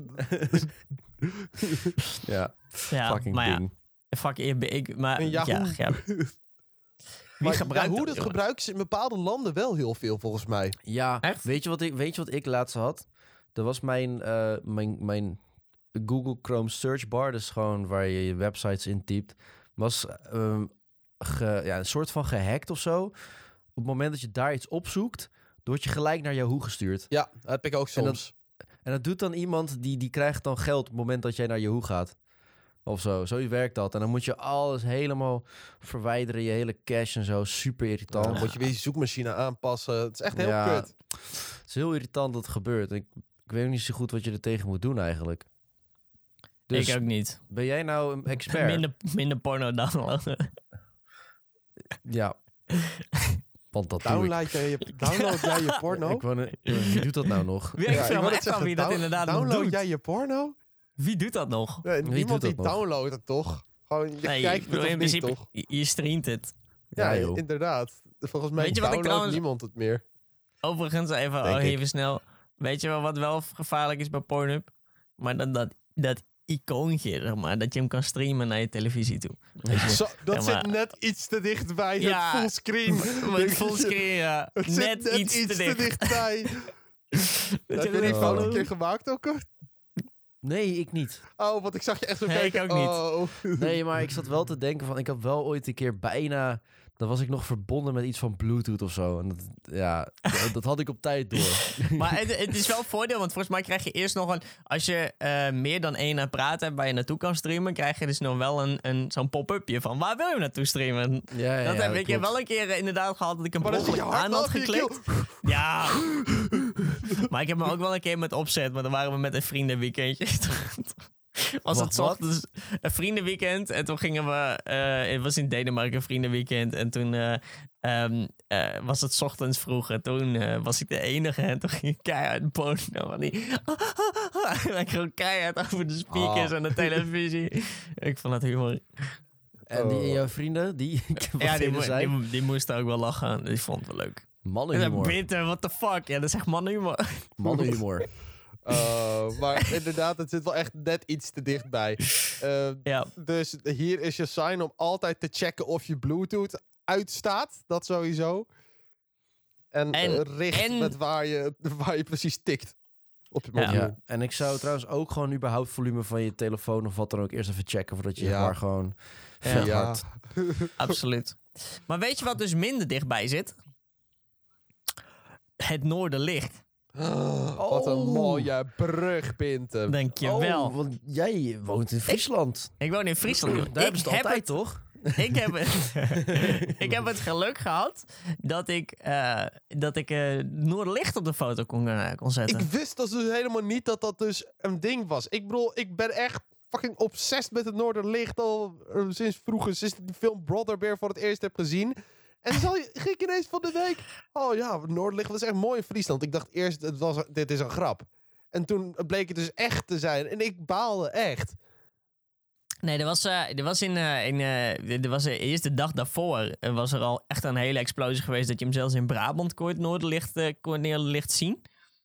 Ja, Ja, fucking maar ja, Bing. fuck, ik, ik, maar En ja, Yahoo. ja. Wie Maar gebruikt hoe dat, dat jongen? gebruiken ze in bepaalde landen wel heel veel, volgens mij. Ja, Echt? weet je, wat ik, weet je wat ik laatst had? Dat was mijn, uh, mijn, mijn Google Chrome search bar, dus gewoon waar je je websites intypt, was um, ge, ja, een soort van gehackt of zo. Op het moment dat je daar iets opzoekt, word je gelijk naar Yahoo gestuurd. Ja, dat heb ik ook En dat- soms. En dat doet dan iemand die, die krijgt dan geld op het moment dat jij naar Yahoo gaat. Of zo, zo werkt dat. En dan moet je alles helemaal verwijderen, je hele cache en zo. Super irritant. Dan moet je weer je zoekmachine aanpassen. Het is echt heel Ja, kut. Het is heel irritant dat het gebeurt. Ik, ik weet ook niet zo goed wat je er tegen moet doen eigenlijk. Dus Ik ook niet. ben jij nou een expert? Minder, minder porno downloaden. Ja. Want dat doe ik. Download jij je, download jij je porno? Ik wou net- Wie doet dat nou nog? Wie, Ja, ik ik vraag wou me net echt af zeggen, wie dat down- inderdaad nog Download doet. jij je porno? Wie doet dat nog? Nee, doet niemand dat die nog? downloadt het toch? Gewoon, je Nee, kijkt ik het bedoel, of in niet, principe, toch? je, je streamt het. Ja, Ja, joh. inderdaad. Volgens mij Weet je wat ik downloadt trouwens- niemand het meer. Overigens, even, Denk oh, ik. even snel. Weet je wel wat wel gevaarlijk is bij Pornhub? Maar dat, dat, dat icoontje, zeg maar, dat je hem kan streamen naar je televisie toe. Weet je? Zo, dat Ja, maar- zit net iets te dichtbij. Ja, het fullscreen. Met fullscreen, ja. Het Net, zit net iets, te dicht. dichtbij. Dat Heb je je die er fout Oh. een keer gemaakt ook? Hoor? Nee, ik niet. Oh, want ik zag je echt zo Nee, ik kijken. ook niet. Oh. Nee, maar ik zat wel te denken van... Ik had wel ooit een keer bijna... Dan was ik nog verbonden met iets van Bluetooth of zo. En dat, ja, dat, dat had ik op tijd door. Maar het, het is wel een voordeel, want volgens mij krijg je eerst nog een... Als je eh, meer dan één apparaat hebt waar je naartoe kan streamen... krijg je dus nog wel een, een, zo'n pop-upje van... Waar wil je naartoe streamen? Ja, ja, dat ja, heb ik klopt. wel een keer eh, inderdaad gehad dat ik hem Maar dan zit je ongeluk hard aan had af in je geklikt. Ja. Maar ik heb hem ook wel een keer met opzet, maar dan waren we met een vriendenweekendje. Was Wat, het wat? ochtends een vriendenweekend en toen gingen we, eh, het was in Denemarken een vriendenweekend en toen eh, ehm, eh, was het 's ochtends vroeg en toen eh, was ik de enige en toen ging ik keihard porno van die, en ik gewoon keihard over de speakers Oh. en de televisie. Ik vond het humor. En die, Oh. jouw vrienden, die... wat Ja, die, deden mo- zij? die, die moesten ook wel lachen. Die vond het wel leuk. Mannenhumor. Bitter, what the fuck? Ja, dat is echt mannenhumor. Mannenhumor. Oh, maar inderdaad, het zit wel echt net iets te dichtbij. Eh, Ja. Dus hier is je sign om altijd te checken of je Bluetooth uitstaat. Dat sowieso. En, En- eh, richt en- met waar je, waar je precies tikt. Op je Ja. mobiel. Ja, en ik zou trouwens ook gewoon überhaupt volume van je telefoon of wat dan ook eerst even checken voordat je Ja. maar gewoon Ja. vet Ja. hard... Absoluut. Maar weet je wat dus minder dichtbij zit? Het Noorderlicht. Oh, wat een Oh. mooie brug, Pintem. Dankjewel. Oh, want jij woont in Friesland. Ik woon in Friesland. Daar ik hebben ze het heb altijd, het, toch? ik, heb het, ik heb het geluk gehad dat ik, eh dat ik eh, Noorderlicht op de foto kon, eh, kon zetten. Ik wist dus helemaal niet dat dat dus een ding was. Ik bedoel, ik ben echt fucking obsessed met het Noorderlicht al uh, sinds vroeger, sinds ik die film Brother Bear voor het eerst heb gezien. En dan ging ik ineens van de week, oh ja, het Noorderlicht was echt mooi in Friesland. Ik dacht eerst, het was, dit is een grap. En toen bleek het dus echt te zijn. En ik baalde echt. Nee, er was, uh, er was in, uh, in uh, er was uh, eerst de dag daarvoor uh, was er al echt een hele explosie geweest dat je hem zelfs in Brabant kon het Noorderlicht, uh, kon het Noorderlicht zien.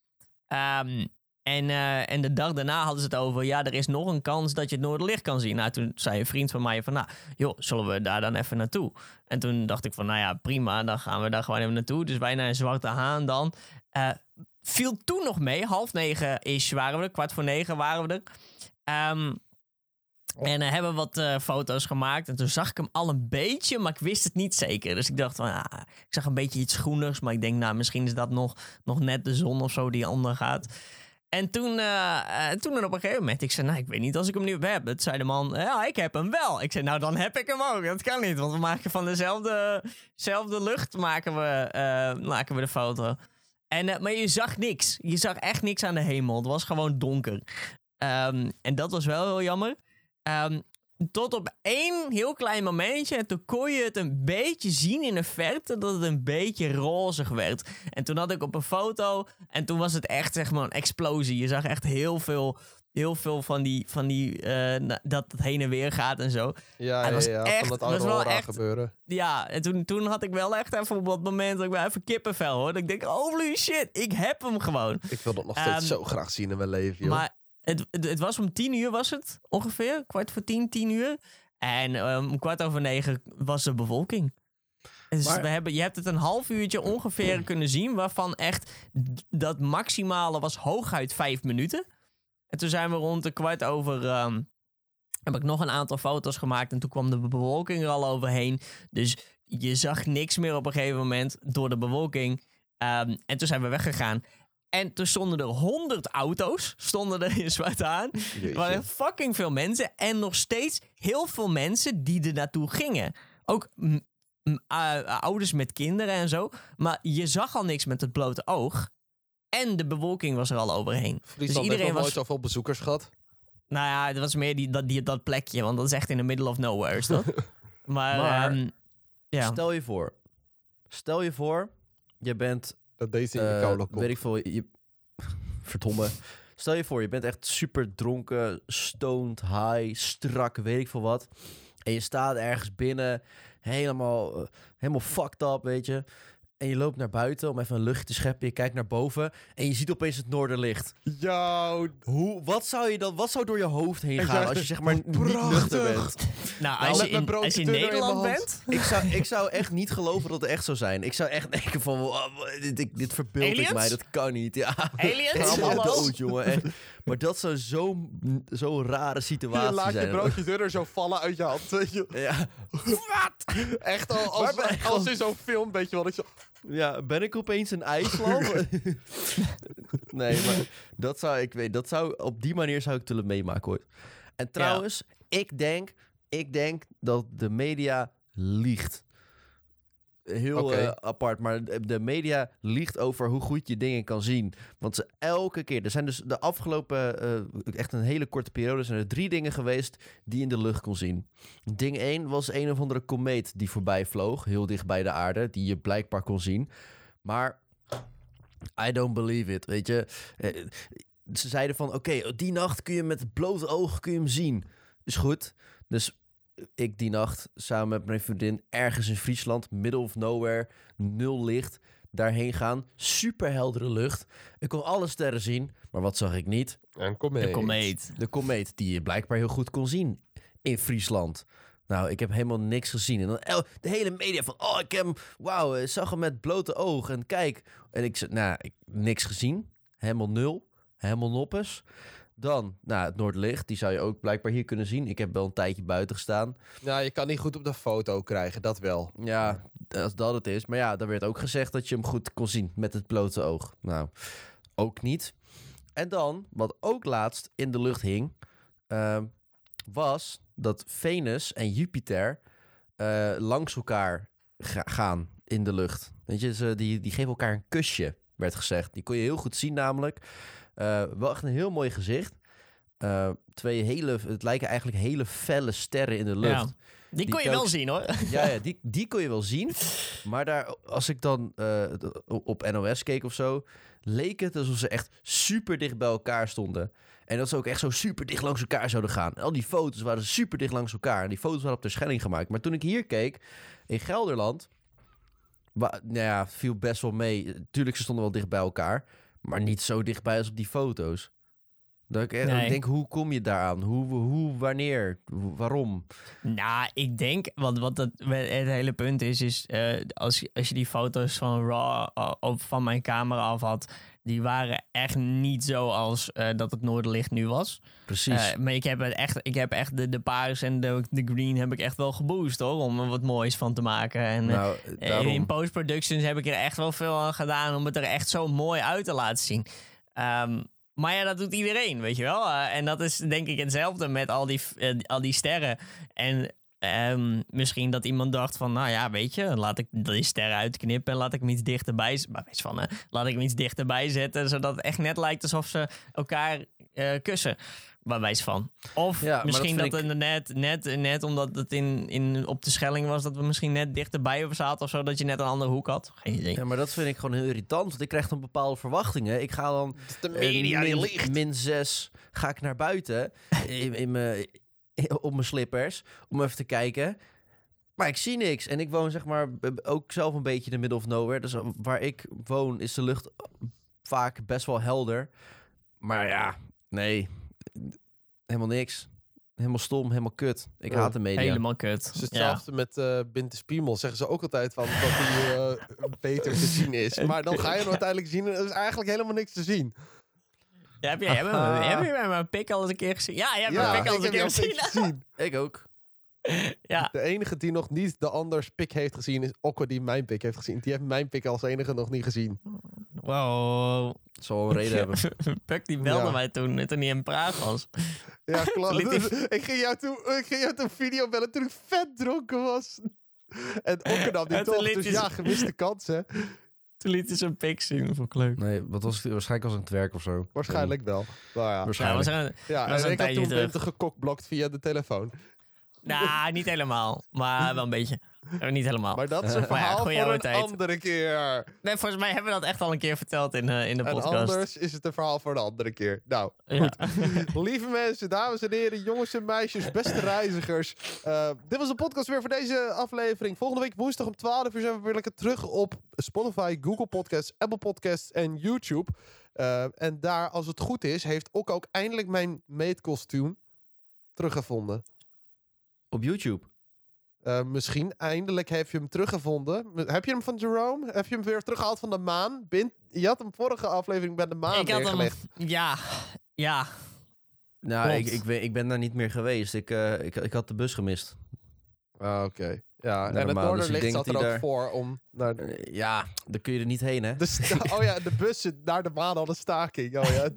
Um, en, uh, en de dag daarna hadden ze het over, ja, er is nog een kans dat je het Noorderlicht kan zien. Nou, toen zei een vriend van mij van, nou, joh, zullen we daar dan even naartoe? En toen dacht ik van, nou ja, prima, dan gaan we daar gewoon even naartoe. Dus wij naar een Zwarte Haan dan. Uh, viel toen nog mee, half negen is waren we er, kwart voor negen waren we er. Um, En uh, hebben wat uh, foto's gemaakt. En toen zag ik hem al een beetje, maar ik wist het niet zeker. Dus ik dacht van, ja, ik zag een beetje iets groeners. Maar ik denk, nou, misschien is dat nog, nog net de zon of zo die ondergaat. En toen, uh, uh, toen dan op een gegeven moment, ik zei, nou, ik weet niet als ik hem nu heb. Toen zei de man, ja, ik heb hem wel. Ik zei, nou, dan heb ik hem ook. Dat kan niet, want we maken van dezelfde, dezelfde lucht maken we, uh, maken we de foto. En, uh, maar je zag niks. Je zag echt niks aan de hemel. Het was gewoon donker. Um, en dat was wel heel jammer. Um, tot op één heel klein momentje. En toen kon je het een beetje zien in de verte dat het een beetje rozig werd. En toen had ik op een foto. En toen was het echt zeg maar een explosie. Je zag echt heel veel, heel veel van die, van die uh, dat het heen en weer gaat en zo. Ja, ja, ja, ja. Echt, van dat aurora echt, gebeuren. Ja, en toen, toen had ik wel echt even op dat moment dat ik wel even kippenvel hoor. Dat ik denk, holy shit, ik heb hem gewoon. Ik wil dat nog steeds um, zo graag zien in mijn leven, joh. Maar Het, het, het was om tien uur was het ongeveer. Kwart voor tien, tien uur. En um, om kwart over negen was de bevolking. Dus maar, we hebben, je hebt het een half uurtje ongeveer kunnen zien. Waarvan echt dat maximale was hooguit vijf minuten. En toen zijn we rond de kwart over... Um, heb ik nog een aantal foto's gemaakt. En toen kwam de bewolking er al overheen. Dus je zag niks meer op een gegeven moment door de bewolking. Um, en toen zijn we weggegaan. En toen stonden er honderd auto's stonden er in Zwarte Haan. Er waren fucking veel mensen. En nog steeds heel veel mensen die er naartoe gingen. Ook m- m- uh, ouders met kinderen en zo. Maar je zag al niks met het blote oog. En de bewolking was er al overheen. Friesland dus iedereen heeft nog was... nooit zoveel bezoekers gehad. Nou ja, dat was meer die, dat, die, dat plekje. Want dat is echt in the middle of nowhere, is dat? maar, maar um, ja. stel je voor. Stel je voor, je bent... Dat deze in je uh, koude kop. Weet ik veel. Je, verdomme. Stel je voor, je bent echt super dronken, stoned, high, strak, weet ik veel wat. En je staat ergens binnen, helemaal, uh, helemaal fucked up, weet je. En je loopt naar buiten om even een luchtje te scheppen. Je kijkt naar boven en je ziet opeens het Noorderlicht. Yo. Hoe, wat zou je dan, wat zou door je hoofd heen gaan als je zeg maar niet nuchter bent? Nou, als je in, als je in Nederland bent... Ik zou, ik zou echt niet geloven dat het echt zou zijn. Ik zou echt denken van, oh, dit, dit, dit verbeeld ik mij, dat kan niet. Ja. Aliens? Allemaal dood, jongen. Echt. Maar dat zou zo'n zo rare situatie zijn. Je laat je broodje dunner zo vallen uit je hand, weet je. Ja. Wat? Echt al, als, als, als in zo'n film, weet je wel. Ik zo... Ja, ben ik opeens in IJsland? Nee, maar dat zou ik weet. Dat zou, op die manier zou ik het willen meemaken ooit. En trouwens, ja. ik denk, ik denk dat de media liegt. Heel okay. uh, apart, maar de media liegt over hoe goed je dingen kan zien. Want ze elke keer... Er zijn dus de afgelopen... Uh, echt een hele korte periode... zijn er drie dingen geweest die je in de lucht kon zien. Ding één was een of andere komeet die voorbij vloog. Heel dicht bij de aarde. Die je blijkbaar kon zien. Maar... I don't believe it, weet je. Uh, ze zeiden van... Oké, okay, die nacht kun je met het blote oog kun je hem zien. Is goed. Dus... Ik die nacht samen met mijn vriendin ergens in Friesland, middle of nowhere, nul licht, daarheen gaan. Super heldere lucht. Ik kon alle sterren zien, maar wat zag ik niet? Een komeet. De komeet. De komeet, die je blijkbaar heel goed kon zien in Friesland. Nou, ik heb helemaal niks gezien. En dan de hele media van, oh, ik heb hem, wauw, ik zag hem met blote oog en kijk. En ik zei, nou, ik niks gezien. Helemaal nul. Helemaal noppes. Dan, nou, het Noorderlicht. Die zou je ook blijkbaar hier kunnen zien. Ik heb wel een tijdje buiten gestaan. Nou, je kan niet goed op de foto krijgen, dat wel. Ja, als dat het is. Maar ja, daar werd ook gezegd dat je hem goed kon zien met het blote oog. Nou, ook niet. En dan, wat ook laatst in de lucht hing, uh, was dat Venus en Jupiter uh, langs elkaar ga- gaan in de lucht. Weet je, ze, die, die geven elkaar een kusje, werd gezegd. Die kon je heel goed zien namelijk. Uh, wel echt een heel mooi gezicht. Uh, twee hele, het lijken eigenlijk hele felle sterren in de lucht. Ja. Die, Die kon je telkens- wel zien, hoor. Ja, ja die, die kon je wel zien. Maar daar, als ik dan uh, op N O S keek of zo, leek het alsof ze echt super dicht bij elkaar stonden. En dat ze ook echt zo super dicht langs elkaar zouden gaan. En al die foto's waren super dicht langs elkaar. En die foto's waren op de Schelling gemaakt. Maar toen ik hier keek, in Gelderland, wa- nou ja, viel best wel mee. Tuurlijk, ze stonden wel dicht bij elkaar. Maar niet zo dichtbij als op die foto's. Dat ik, echt- Nee. ik denk, hoe kom je daaraan? Hoe, hoe wanneer? Hoe- waarom? Nou, ik denk, want wat het, het hele punt is, is uh, als, je- als je die foto's van RAW uh, op, van mijn camera af had, die waren echt niet zo als uh, dat het Noorderlicht nu was. Precies. Uh, maar ik heb, het echt, ik heb echt de, de paars en de, de green heb ik echt wel geboost, hoor, om er wat moois van te maken. En uh, nou, uh, daarom. in post-productions heb ik er echt wel veel aan gedaan om het er echt zo mooi uit te laten zien. Um, Maar ja, dat doet iedereen, weet je wel. Uh, en dat is denk ik hetzelfde met al die, uh, al die sterren. En um, misschien dat iemand dacht van, nou ja, weet je, laat ik die sterren uitknippen en laat ik hem iets dichterbij, maar weet je van, uh, laat ik hem iets dichterbij zetten, zodat het echt net lijkt alsof ze elkaar uh, kussen. Bij wijze van. Of Ja, maar misschien dat dat, vind het net, net, net omdat het in, in, op de Schelling was, dat we misschien net dichterbij zaten of zo, dat je net een andere hoek had. Geen idee. Ja, maar dat vind ik gewoon heel irritant. Want ik krijg dan bepaalde verwachtingen. Ik ga dan De eh, media die min, liegt. min zes ga ik naar buiten in, in mijn, op mijn slippers om even te kijken. Maar ik zie niks. En ik woon zeg maar ook zelf een beetje in de middle of nowhere. Dus waar ik woon is de lucht vaak best wel helder. Maar ja, nee. Helemaal niks. Helemaal stom, helemaal kut. Ik Ja, haat de media. Helemaal kut. Het is Ja. hetzelfde met uh, Binte Spiemel. Zeggen ze ook altijd van dat hij uh, beter te zien is. Maar dan ga je hem uiteindelijk zien en er is eigenlijk helemaal niks te zien. Ja, heb, je, heb, je, heb je mijn pik al eens een keer gezien? Ja, je hebt Ja, mijn pik al ik eens een heb keer jou gezien. steeds gezien. Ik ook. Ja. De enige die nog niet de anders pik heeft gezien is Okko die mijn pik heeft gezien. Die heeft mijn pik als enige nog niet gezien. Wow. Dat zal wel een reden hebben. Puk die belde Ja. mij toen, toen hij in Praag was. Ja, klopt. Liet hij- Dus ik ging jou toen, ik ging jou toen video bellen toen ik vet dronken was. En Okko nam die En toen toch. liet Dus hij ja, ze- gemiste kansen. Toen liet hij zijn pik zien. Vond ik leuk. Nee, wat was het? Waarschijnlijk was het het werk of zo. Waarschijnlijk wel. Nou ja, Ja, Waarschijnlijk. was er, ja was en een ik had tijdje toen terug. Bente gekokblokt via de telefoon. nou, niet helemaal. Maar wel een beetje. Eh, niet helemaal. Maar dat is een Maar ja, verhaal goeie voor oude een tijd. andere keer. Nee, volgens mij hebben we dat echt al een keer verteld in, uh, in de En podcast. anders is het een verhaal voor een andere keer. Nou, Ja. lieve mensen, dames en heren, jongens en meisjes, beste reizigers. Uh, dit was de podcast weer voor deze aflevering. Volgende week woensdag om twaalf uur zijn we weer lekker terug op Spotify, Google Podcasts, Apple Podcasts en YouTube. Uh, en daar, als het goed is, heeft Okko ook eindelijk mijn meetkostuum teruggevonden. Op YouTube. Uh, misschien eindelijk heb je hem teruggevonden. Heb je hem van Jerome? Heb je hem weer teruggehaald van de maan? Bin- je had hem vorige aflevering bij de maan Ik had hem... neergelegd. Ja. Ja. Nou, ik, Klopt. ik, ben, ik ben daar niet meer geweest. Ik, uh, ik, ik had de bus gemist. Ah, oké. Okay. Ja, Naar en de het maan, dus ik Noorderlicht denk zat dat er ook die daar- voor om naar... Uh, ja, dan kun je er niet heen, hè? De sta- oh ja, de bussen naar de maan hadden staking. Oh ja.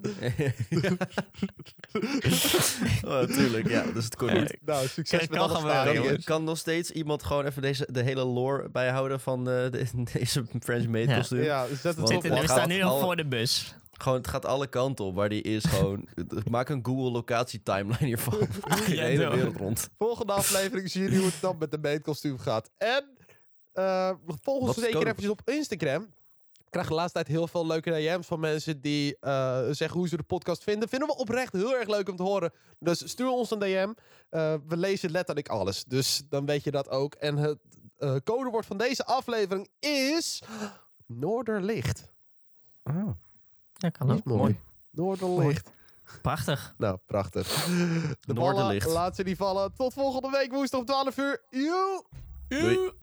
oh, natuurlijk, ja. Dus het kon niet. Nou, succes Kan- met kan alle gebeuren, stakingen. jongens. Kan nog steeds iemand gewoon even deze, de hele lore bijhouden van uh, de, deze French Maid kostuum? Ja, zet het Want- op. Zitten, we gaat staan nu nog alle- voor de bus. Gewoon, het gaat alle kanten op waar die is. Gewoon, maak een Google locatie timeline hiervan. de Ja, hele doe. wereld rond. Volgende aflevering zien jullie hoe het dan met de meetkostuum gaat. En uh, volg ons Wat is zeker code? eventjes op Instagram. Ik krijg de laatste tijd heel veel leuke D M's van mensen die uh, zeggen hoe ze de podcast vinden. Vinden we oprecht heel erg leuk om te horen. Dus stuur ons een D M. Uh, we lezen letterlijk alles. Dus dan weet je dat ook. En het uh, codewoord van deze aflevering is... Noorderlicht. Oh. Dat kan Dat ook. is mooi. Noorderlicht. Prachtig. Nou, prachtig. De Noorderlicht. ballen, laat ze niet vallen. Tot volgende week woensdag om twaalf uur. Joe! Doei.